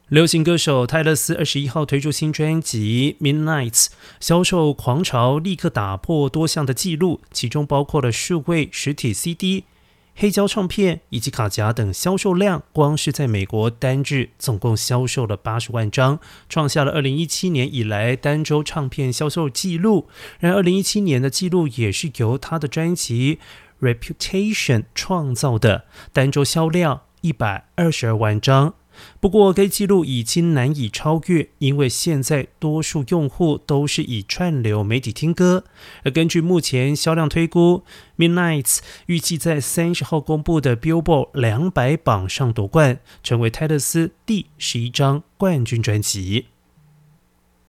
流行歌手泰勒斯21号推出新专辑《Midnights》，销售狂潮立刻打破多项的纪录，其中包括了数位实体 CD、黑胶唱片以及卡夹等销售量，光是在美国单日总共销售了80万张，创下了2017年以来单周唱片销售纪录。然而2017年的纪录也是由他的专辑 Reputation 创造的，单周销量122万张。不过该纪录已经难以超越，因为现在多数用户都是以串流媒体听歌。而根据目前销量推估， Midnights 预计在30号公布的 Billboard 200榜上夺冠，成为泰勒斯第11张冠军专辑。